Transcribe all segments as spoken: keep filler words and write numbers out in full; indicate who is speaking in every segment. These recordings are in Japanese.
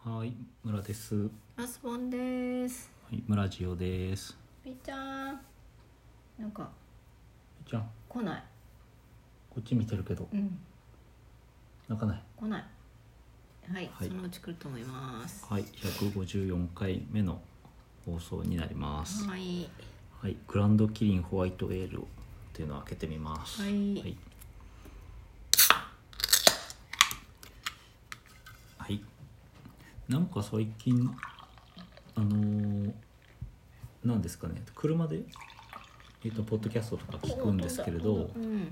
Speaker 1: はい、村です。は
Speaker 2: マスボンです。
Speaker 1: い、村ジオです。
Speaker 2: みーちゃん、なんか
Speaker 1: じゃん、
Speaker 2: 来ない。
Speaker 1: こっち見てるけど、
Speaker 2: うん、
Speaker 1: 泣かない。
Speaker 2: 来ない。はい、
Speaker 1: はい
Speaker 2: そのうち来ると思います。
Speaker 1: はい、ひゃくごじゅうよんかいめの放送になります。
Speaker 2: はい。
Speaker 1: はい、グランドキリンホワイトエールっていうのを開けてみます。
Speaker 2: はい。
Speaker 1: はい。はい、なんか最近あのー、なんですかね、車で。えー、とポッドキャストとか聞くんですけれど、
Speaker 2: うん、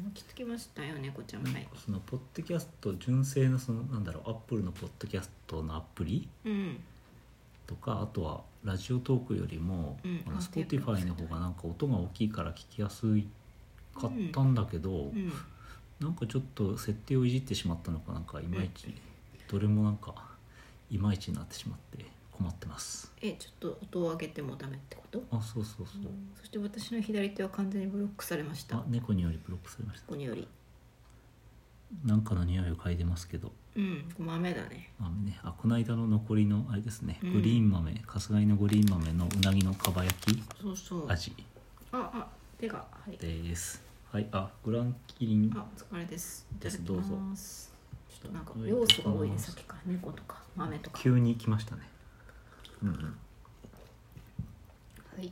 Speaker 2: 聞きましたよね、こちゃん。はい。
Speaker 1: そのポッドキャスト純正のそのなんだろう、アップルのポッドキャストのアプリ
Speaker 2: うん
Speaker 1: とか、あとはラジオトークよりも、
Speaker 2: うん、
Speaker 1: あの Spotify の方がなんか音が大きいから聞きやすいかったんだけど、
Speaker 2: うん、
Speaker 1: なんかちょっと設定をいじってしまったのか、なんかいまいち、どれもなんかいまいちになってしまって困ってます。
Speaker 2: え、ちょっと音を上げてもダメってこと？
Speaker 1: あ、そうそうそう。
Speaker 2: うん、そして私の左手は完全にブロックされました。
Speaker 1: あ、猫によりブロックされました。
Speaker 2: ここにより。
Speaker 1: なんかの匂いを嗅いでますけど。
Speaker 2: うん、豆だね。
Speaker 1: 豆ね。あ、この間の残りのあれですね、
Speaker 2: うん、
Speaker 1: グリーン豆、春日井のグリーン豆のうなぎのかば焼き
Speaker 2: そうそう
Speaker 1: 味
Speaker 2: ああ手がはい
Speaker 1: です。はい、あ、グランキリン
Speaker 2: あ、お疲れです。いた
Speaker 1: です。
Speaker 2: だき
Speaker 1: どうぞ。
Speaker 2: ます。ちょっとなんか要素が多いね、さっきから猫とか豆とか。
Speaker 1: 急に来ましたね。うんうん。
Speaker 2: はい。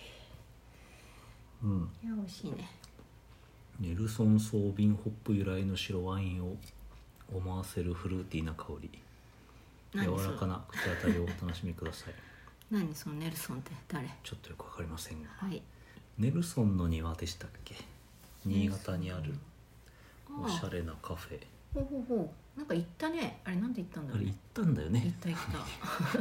Speaker 1: うん。
Speaker 2: いや、美味しいね。
Speaker 1: ネルソンソービンホップ由来の白ワインを思わせるフルーティーな香り、柔
Speaker 2: 何それ
Speaker 1: らかな口当たりをお楽しみください。
Speaker 2: 何そのネルソンって誰？
Speaker 1: ちょっとよくわかりませんが、
Speaker 2: はい。
Speaker 1: ネルソンの庭でしたっけ、新潟にある
Speaker 2: あ
Speaker 1: おしゃれなカフェ。
Speaker 2: ほうほうほう。なんか行ったね。あれなんで行ったんだろうね。
Speaker 1: あれ行ったんだよ
Speaker 2: 行っ
Speaker 1: ね。
Speaker 2: た行った。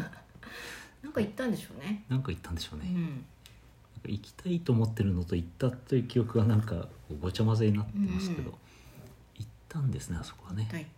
Speaker 2: なんか行ったんでしょうね。
Speaker 1: なんか行ったんでしょうね。
Speaker 2: うん。
Speaker 1: なんか行きたいと思ってるのと行ったという記憶がなんかごちゃ混ぜになってますけど、
Speaker 2: うん、
Speaker 1: 行ったんですね、あそこはね。
Speaker 2: 行った行った。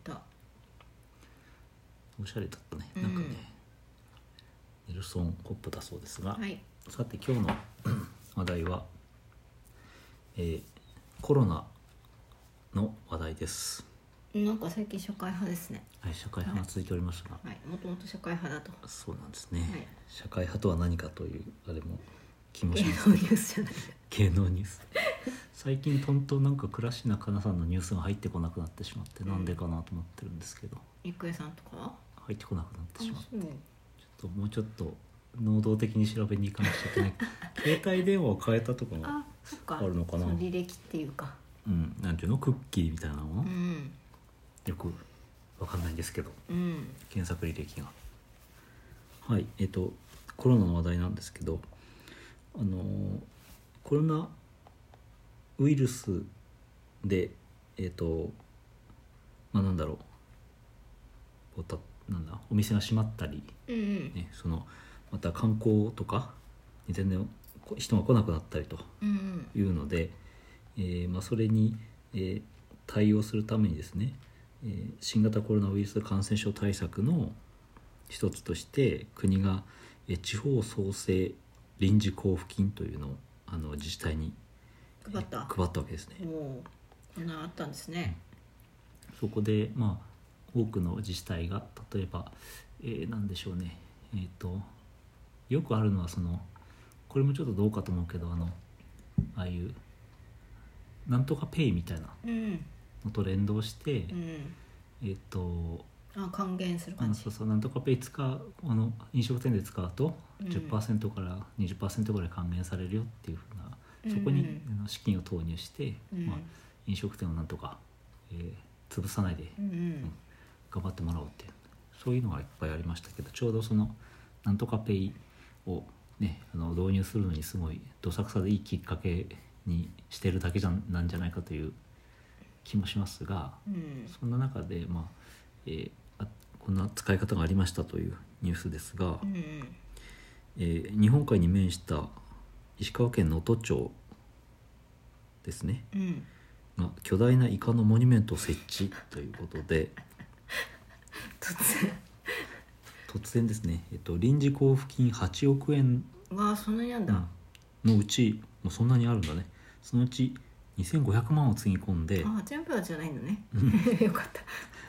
Speaker 1: おしゃれだったね、
Speaker 2: うん、
Speaker 1: なんかね。ネルソンホップだそうですが、
Speaker 2: はい。
Speaker 1: さて今日の話題は、えー、コロナの話題です。
Speaker 2: なんか最近社会派ですね。
Speaker 1: はい、社会派が続いておりますが、
Speaker 2: はい。もともと社会派だと。
Speaker 1: そうなんですね、
Speaker 2: はい、
Speaker 1: 社会派とは何かというあれも気もし
Speaker 2: 芸
Speaker 1: ます
Speaker 2: 能ニュースじゃない。
Speaker 1: 芸能ニュース最近とんとなんか倉科カナさんのニュースが入ってこなくなってしまって、なんでかなと思ってるんですけど、
Speaker 2: 郁恵さんとかは
Speaker 1: 入ってこなくなってしまって、
Speaker 2: うん、
Speaker 1: ちょっともうちょっと能動的に調べに行かなくちゃいけない携帯電話を変えたとかが
Speaker 2: あ、そっか。
Speaker 1: あるのかな。
Speaker 2: その履歴っていうか、
Speaker 1: うん、なんていうの、クッキーみたいなもの、
Speaker 2: うん、
Speaker 1: よくわかんないんですけど、
Speaker 2: うん、
Speaker 1: 検索履歴が。はい、えっとコロナの話題なんですけど、あのー、コロナウイルスでえっとまあなんだろう、おたなんだお店が閉まったり、
Speaker 2: うんうん
Speaker 1: ね、そのまた観光とかに全然人が来なくなったりと
Speaker 2: うん
Speaker 1: いうので、えーまあ、それに、えー対応するためにですね、えー新型コロナウイルス感染症対策の一つとして国が、えー地方創生臨時交付金というのをあの自治体に
Speaker 2: 配った。
Speaker 1: 配ったわけですね。
Speaker 2: もうこんなあったんですね。
Speaker 1: そこでまあ多くの自治体が例えば、えー、何でしょうね、えーとよくあるのはそのこれもちょっとどうかと思うけど、あのああいうなんとかペイみたいな
Speaker 2: うん
Speaker 1: のと連動して、
Speaker 2: うん
Speaker 1: えっ、と
Speaker 2: あ、還元する感じ。
Speaker 1: あのそうそう、なんとかペイ使う、あの飲食店で使うと
Speaker 2: うん
Speaker 1: じゅっパーセント から にじゅっパーセント ぐらい還元されるよっていうふうな、そこに
Speaker 2: うん
Speaker 1: あの資金を投入して、
Speaker 2: うん
Speaker 1: まあ、飲食店をなんとか、えー潰さないで
Speaker 2: うんうん
Speaker 1: 頑張ってもらおうっていう、そういうのがいっぱいありましたけど、ちょうどそのなんとかペイを、ね、あの導入するのにすごいどさくさでいいきっかけにしてるだけじゃなんじゃないかという気もしますが、
Speaker 2: うん
Speaker 1: そんな中で、まあえー、あこんな使い方がありましたというニュースですが、
Speaker 2: うん
Speaker 1: えー日本海に面した石川県能登町ですね
Speaker 2: うん
Speaker 1: が巨大なイカのモニュメントを設置ということで、
Speaker 2: 突然
Speaker 1: 突然ですね、えっと、臨時交付金はちおくえん
Speaker 2: わあ、そんなにあんだ。
Speaker 1: のうち、もうそんなにあるんだね、そのうちにせんごひゃくまんをつぎ込んで、
Speaker 2: あ、全部はじゃないのね。
Speaker 1: うん
Speaker 2: よかった。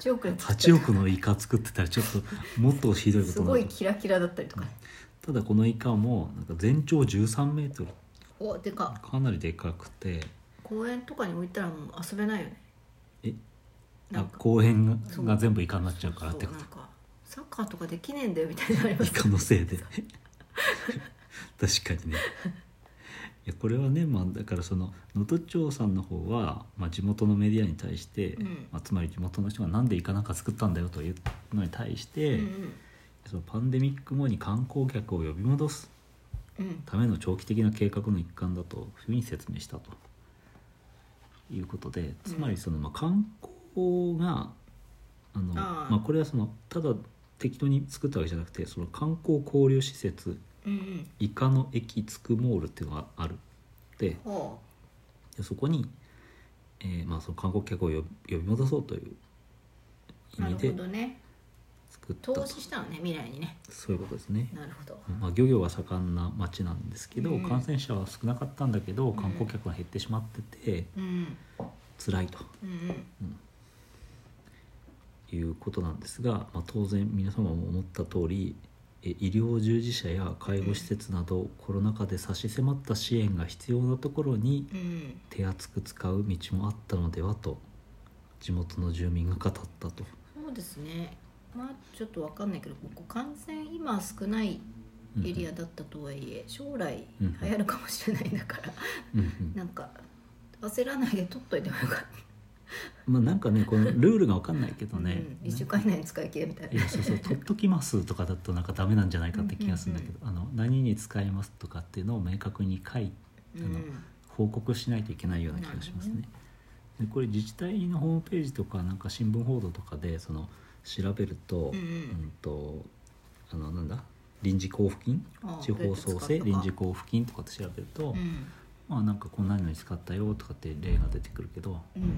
Speaker 2: ちおくで作った
Speaker 1: はちおくのイカ作ってたらちょっともっとひどいこと
Speaker 2: す
Speaker 1: になる。
Speaker 2: ごいキラキラだったりとかね。
Speaker 1: ただこのイカもなんか全長じゅうさんメートル、
Speaker 2: おでか
Speaker 1: かなりでかくて、
Speaker 2: 公園とかに置いたらもう遊べないよね。
Speaker 1: えあ
Speaker 2: なんか
Speaker 1: 公園が
Speaker 2: そう
Speaker 1: が全部イカになっちゃうからってこと
Speaker 2: そうなんかサッカーとかできねえんだよみたいになります
Speaker 1: イカのせいで確かにね。いやこれはね、まあ、だからその能登町さんの方は、まあ、地元のメディアに対して、
Speaker 2: うん
Speaker 1: まあ、つまり地元の人がなんでイカなんか作ったんだよというのに対して、
Speaker 2: うん
Speaker 1: そのパンデミック後に観光客を呼び戻す
Speaker 2: うんうん
Speaker 1: ための長期的な計画の一環だというふうに説明したということで、つまりその、まあ、観光があの
Speaker 2: あー
Speaker 1: まあ、これはそのただ適当に作ったわけじゃなくて、その観光交流施設
Speaker 2: うんうん
Speaker 1: イカの駅つくモールっていうのがあるで、
Speaker 2: ほ
Speaker 1: でそこに、えーまあ、その観光客を呼び呼び戻そうという
Speaker 2: うなる
Speaker 1: 意味で
Speaker 2: ほどね。
Speaker 1: 作ったと、
Speaker 2: 投資したのね未来にね。
Speaker 1: そういうことですね。
Speaker 2: なるほど。
Speaker 1: まあ、漁業が盛んな町なんですけど、
Speaker 2: うん
Speaker 1: 感染者は少なかったんだけど
Speaker 2: ん
Speaker 1: 観光客が減ってしまってて
Speaker 2: うん
Speaker 1: 辛いと
Speaker 2: うんうん
Speaker 1: いうことなんですが、まあ、当然皆様も思った通りえ医療従事者や介護施設など、コロナ禍で差し迫った支援が必要なところに
Speaker 2: うん
Speaker 1: 手厚く使う道もあったのではと地元の住民が語ったと。
Speaker 2: そうですね。まあちょっとわかんないけど、ここ感染今少ないエリアだったとはいえ、将来
Speaker 1: うん
Speaker 2: 流行るかもしれないんだから、
Speaker 1: うんうん
Speaker 2: なんか焦らないで取っといてもよかった。
Speaker 1: まあなんかねこのルールが分かんないけどね、
Speaker 2: うん、いっしゅうかん以内に使い切れみたいな。
Speaker 1: いやそうそう取っときますとかだとなんかダメなんじゃないかって気がするんだけど、あの何に使いますとかっていうのを明確に書いあの
Speaker 2: うん
Speaker 1: 報告しないといけないような気がしますね。でこれ自治体のホームページとかなんか新聞報道とかでその調べると、
Speaker 2: うんうん
Speaker 1: うんとあのなんだ臨時交付金
Speaker 2: ああ
Speaker 1: 地方創生臨時交付金とかって調べると、
Speaker 2: うん
Speaker 1: まあなんかこんなのに使ったよとかって例が出てくるけど、
Speaker 2: うん
Speaker 1: ま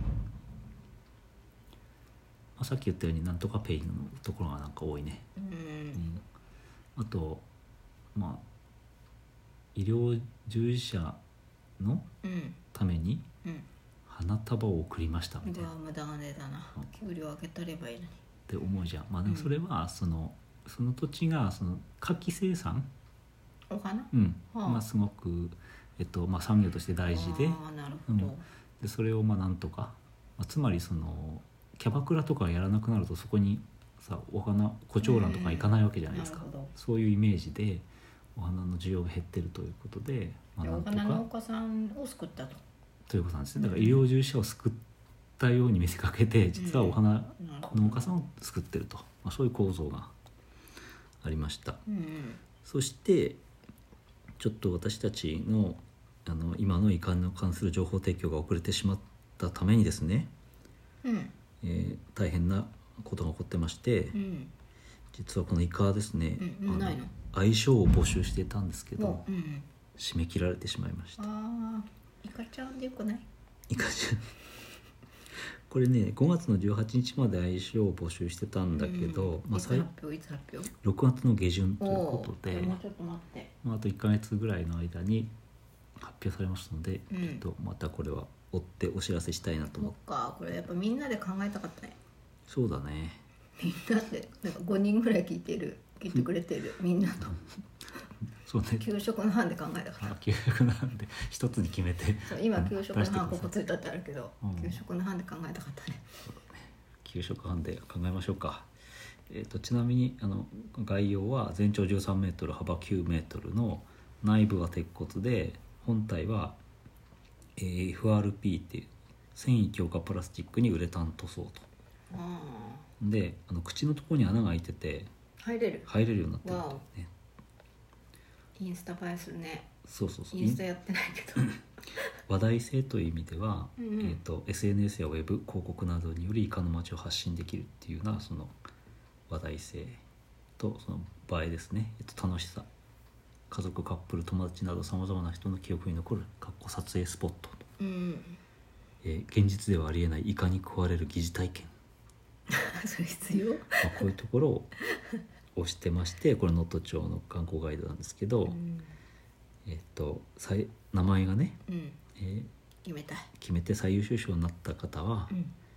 Speaker 1: あ、さっき言ったようになんとかペイのところがなんか多いね。
Speaker 2: うん
Speaker 1: うんあとまあ医療従事者の
Speaker 2: うん
Speaker 1: ために
Speaker 2: うん
Speaker 1: 花束を送りましたみたいなっ
Speaker 2: では無駄金だな。給料上げたればいいのに。
Speaker 1: て思うじゃん。まあでもそれはその、その土地がその牡蠣生産、
Speaker 2: お花？
Speaker 1: うん
Speaker 2: はあ
Speaker 1: まあ、すごく、えっとまあ、産業として大事で、
Speaker 2: ああなるほど。
Speaker 1: うんでそれをまあなんとか、まあ、つまりそのキャバクラとかやらなくなるとそこにさお花胡蝶蘭とか行かないわけじゃないですか、
Speaker 2: うんなるほど
Speaker 1: そういうイメージでお花の需要が減ってるということで、まあ、
Speaker 2: でお
Speaker 1: なんとか
Speaker 2: 花農家さんを救ったと。
Speaker 1: ということなんですね。だから医療従事者を救ったように見せかけて実はお花
Speaker 2: なるほど
Speaker 1: 農家さんを救ってると、まあ、そういう構造がありました。
Speaker 2: うん
Speaker 1: そしてちょっと私たちのあの今のイカに関する情報提供が遅れてしまったためにですね、
Speaker 2: うんうん
Speaker 1: えー大変なことが起こってまして、
Speaker 2: うん
Speaker 1: 実はこのイカはですね、
Speaker 2: うんうんないの
Speaker 1: 愛称を募集していたんですけど
Speaker 2: もううん
Speaker 1: 締め切られてしまいました。
Speaker 2: ああイカちゃんでよくない？
Speaker 1: イカちゃんこれねごがつのじゅうはちにちまで愛称を募集してたんだけど、まあ、
Speaker 2: うんいつ
Speaker 1: 最
Speaker 2: 発表いつ発表？
Speaker 1: ろくがつの下旬ということで
Speaker 2: おーもうちょっと待って。
Speaker 1: まあ、あといっかげつぐらいの間に発表されますので、
Speaker 2: うん
Speaker 1: ちょっとまたこれは追ってお知らせしたいなと
Speaker 2: そ
Speaker 1: 思って。
Speaker 2: っか、これやっぱみんなで考えたかったね。
Speaker 1: そうだね。
Speaker 2: みんなでなんかごにんぐらい聞いてる聞いてくれてるみんなと
Speaker 1: そうね。
Speaker 2: 給食の班で考えたかった。
Speaker 1: あ給食なんで一つに決めて
Speaker 2: そう今給食の
Speaker 1: 出してください
Speaker 2: 班ここついたってあるけど、
Speaker 1: うん
Speaker 2: 給食の班で考えたかったね。
Speaker 1: 給食班で考えましょうか。えー、とちなみにあの概要は全長じゅうさんメートル幅きゅうメートルの内部は鉄骨で本体は、えー エフアールピー っていう繊維強化プラスチックにウレタン塗装と。
Speaker 2: あ
Speaker 1: であの口のところに穴が開いてて
Speaker 2: あ入れる。
Speaker 1: 入れるようになってる
Speaker 2: わ
Speaker 1: とね。
Speaker 2: インスタ映えするね。
Speaker 1: そうそうそう。
Speaker 2: インスタやってないけど。
Speaker 1: 話題性という意味では、
Speaker 2: うんうん
Speaker 1: えー、と エスエヌエス やウェブ広告などによりイカの街を発信できるっていうようなその話題性とその映えですね、えっと、楽しさ、家族カップル友達などさまざまな人の記憶に残るかっこ撮影スポット、
Speaker 2: うん。
Speaker 1: えー現実ではありえないイカに食われる疑似体験、
Speaker 2: それ必要？
Speaker 1: まあ、こういうところを推してましてこれ能登町の観光ガイドなんですけど、
Speaker 2: うん。
Speaker 1: えっとさい名前がね、
Speaker 2: うん。
Speaker 1: えー
Speaker 2: 決めたい。
Speaker 1: 決めて最優秀賞になった方は、
Speaker 2: うん。
Speaker 1: え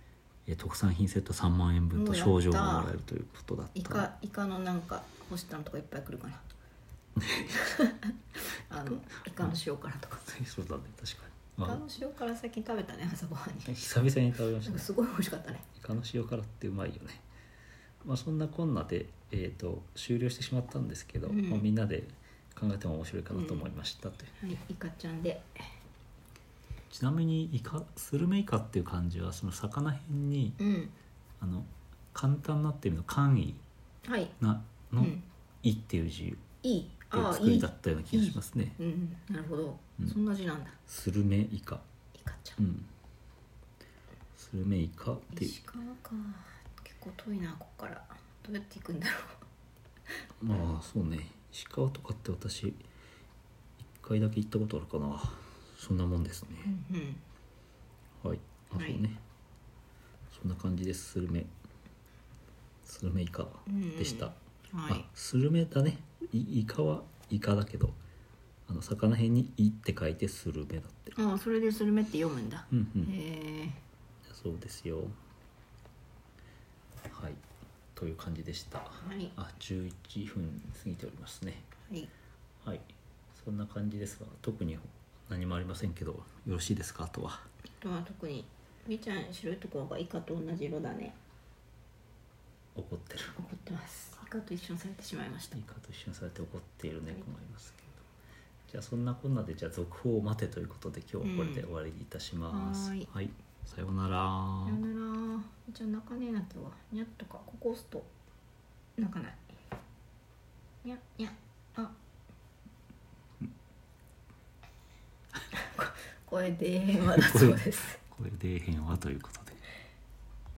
Speaker 1: えー特産品セットさんまんえん分と賞状がもらえるということだった。
Speaker 2: イカイカのなんか干したのとかいっぱい来るかなあのイカの塩辛とか
Speaker 1: そうだね、確かに、
Speaker 2: イカ
Speaker 1: ま
Speaker 2: の塩辛最近食べたね、朝ごはんに。
Speaker 1: あ、久々に食べましたね。
Speaker 2: なんかすごい美味しかったね。
Speaker 1: イカの塩辛ってうまいよね。まあ、そんなこんなで、えー、と終了してしまったんですけど、
Speaker 2: うん
Speaker 1: まあ、みんなで考えても面白いかなと思いましたという、
Speaker 2: はい、イカちゃんで。
Speaker 1: ちなみにイカスルメイカっていう漢字はその魚辺に
Speaker 2: うん
Speaker 1: あの簡単なっていう意味の簡易
Speaker 2: はい
Speaker 1: なの
Speaker 2: うん
Speaker 1: 「い」っていう字
Speaker 2: いい
Speaker 1: で
Speaker 2: ああ
Speaker 1: 作りだったような気がしますね。
Speaker 2: いいうんなるほど、
Speaker 1: うん
Speaker 2: そんな字なんだ。
Speaker 1: スルメイカ、
Speaker 2: イカちゃ、
Speaker 1: うんん、スルメイカっていう、
Speaker 2: 石川か、結構遠いなここから。どうやって行くんだろ
Speaker 1: まあそうね、石川とかって私一回だけ行ったことあるかな。そんなもんですね。
Speaker 2: う。うんうん
Speaker 1: はい、あ、そう
Speaker 2: はい
Speaker 1: ね、そんな感じです。スルメスルメイカでした。
Speaker 2: うんうん、は
Speaker 1: あ、
Speaker 2: い。
Speaker 1: スルメだね。イイカはイカだけど、あの魚辺に「い」って書いてスルメだって。
Speaker 2: ああ、それでスルメって読むんだ。
Speaker 1: うんうん、
Speaker 2: へえ。
Speaker 1: そうですよ。はい、という感じでした。
Speaker 2: はい
Speaker 1: あ、じゅういちふん過ぎておりますね。
Speaker 2: はい。
Speaker 1: はい、そんな感じですが、特に何もありませんけど、よろしいですか。あとは
Speaker 2: あとは特にみーちゃん白いところがイカと同じ色だね。
Speaker 1: 怒ってる。
Speaker 2: 怒ってます。イカと一緒にされてしまいました。
Speaker 1: イカと一緒にされて怒っている猫がいますけど、じゃあそんなこんなで、じゃあ続報を待てということで今日はこれで終わりにいたします。
Speaker 2: うんはーい
Speaker 1: はい、さようなら。
Speaker 2: さよなら。みーちゃん泣かねえな今日は。にゃっとかここ押すと泣かない。にゃにゃあ。これでまだそうです。
Speaker 1: これ底辺はということ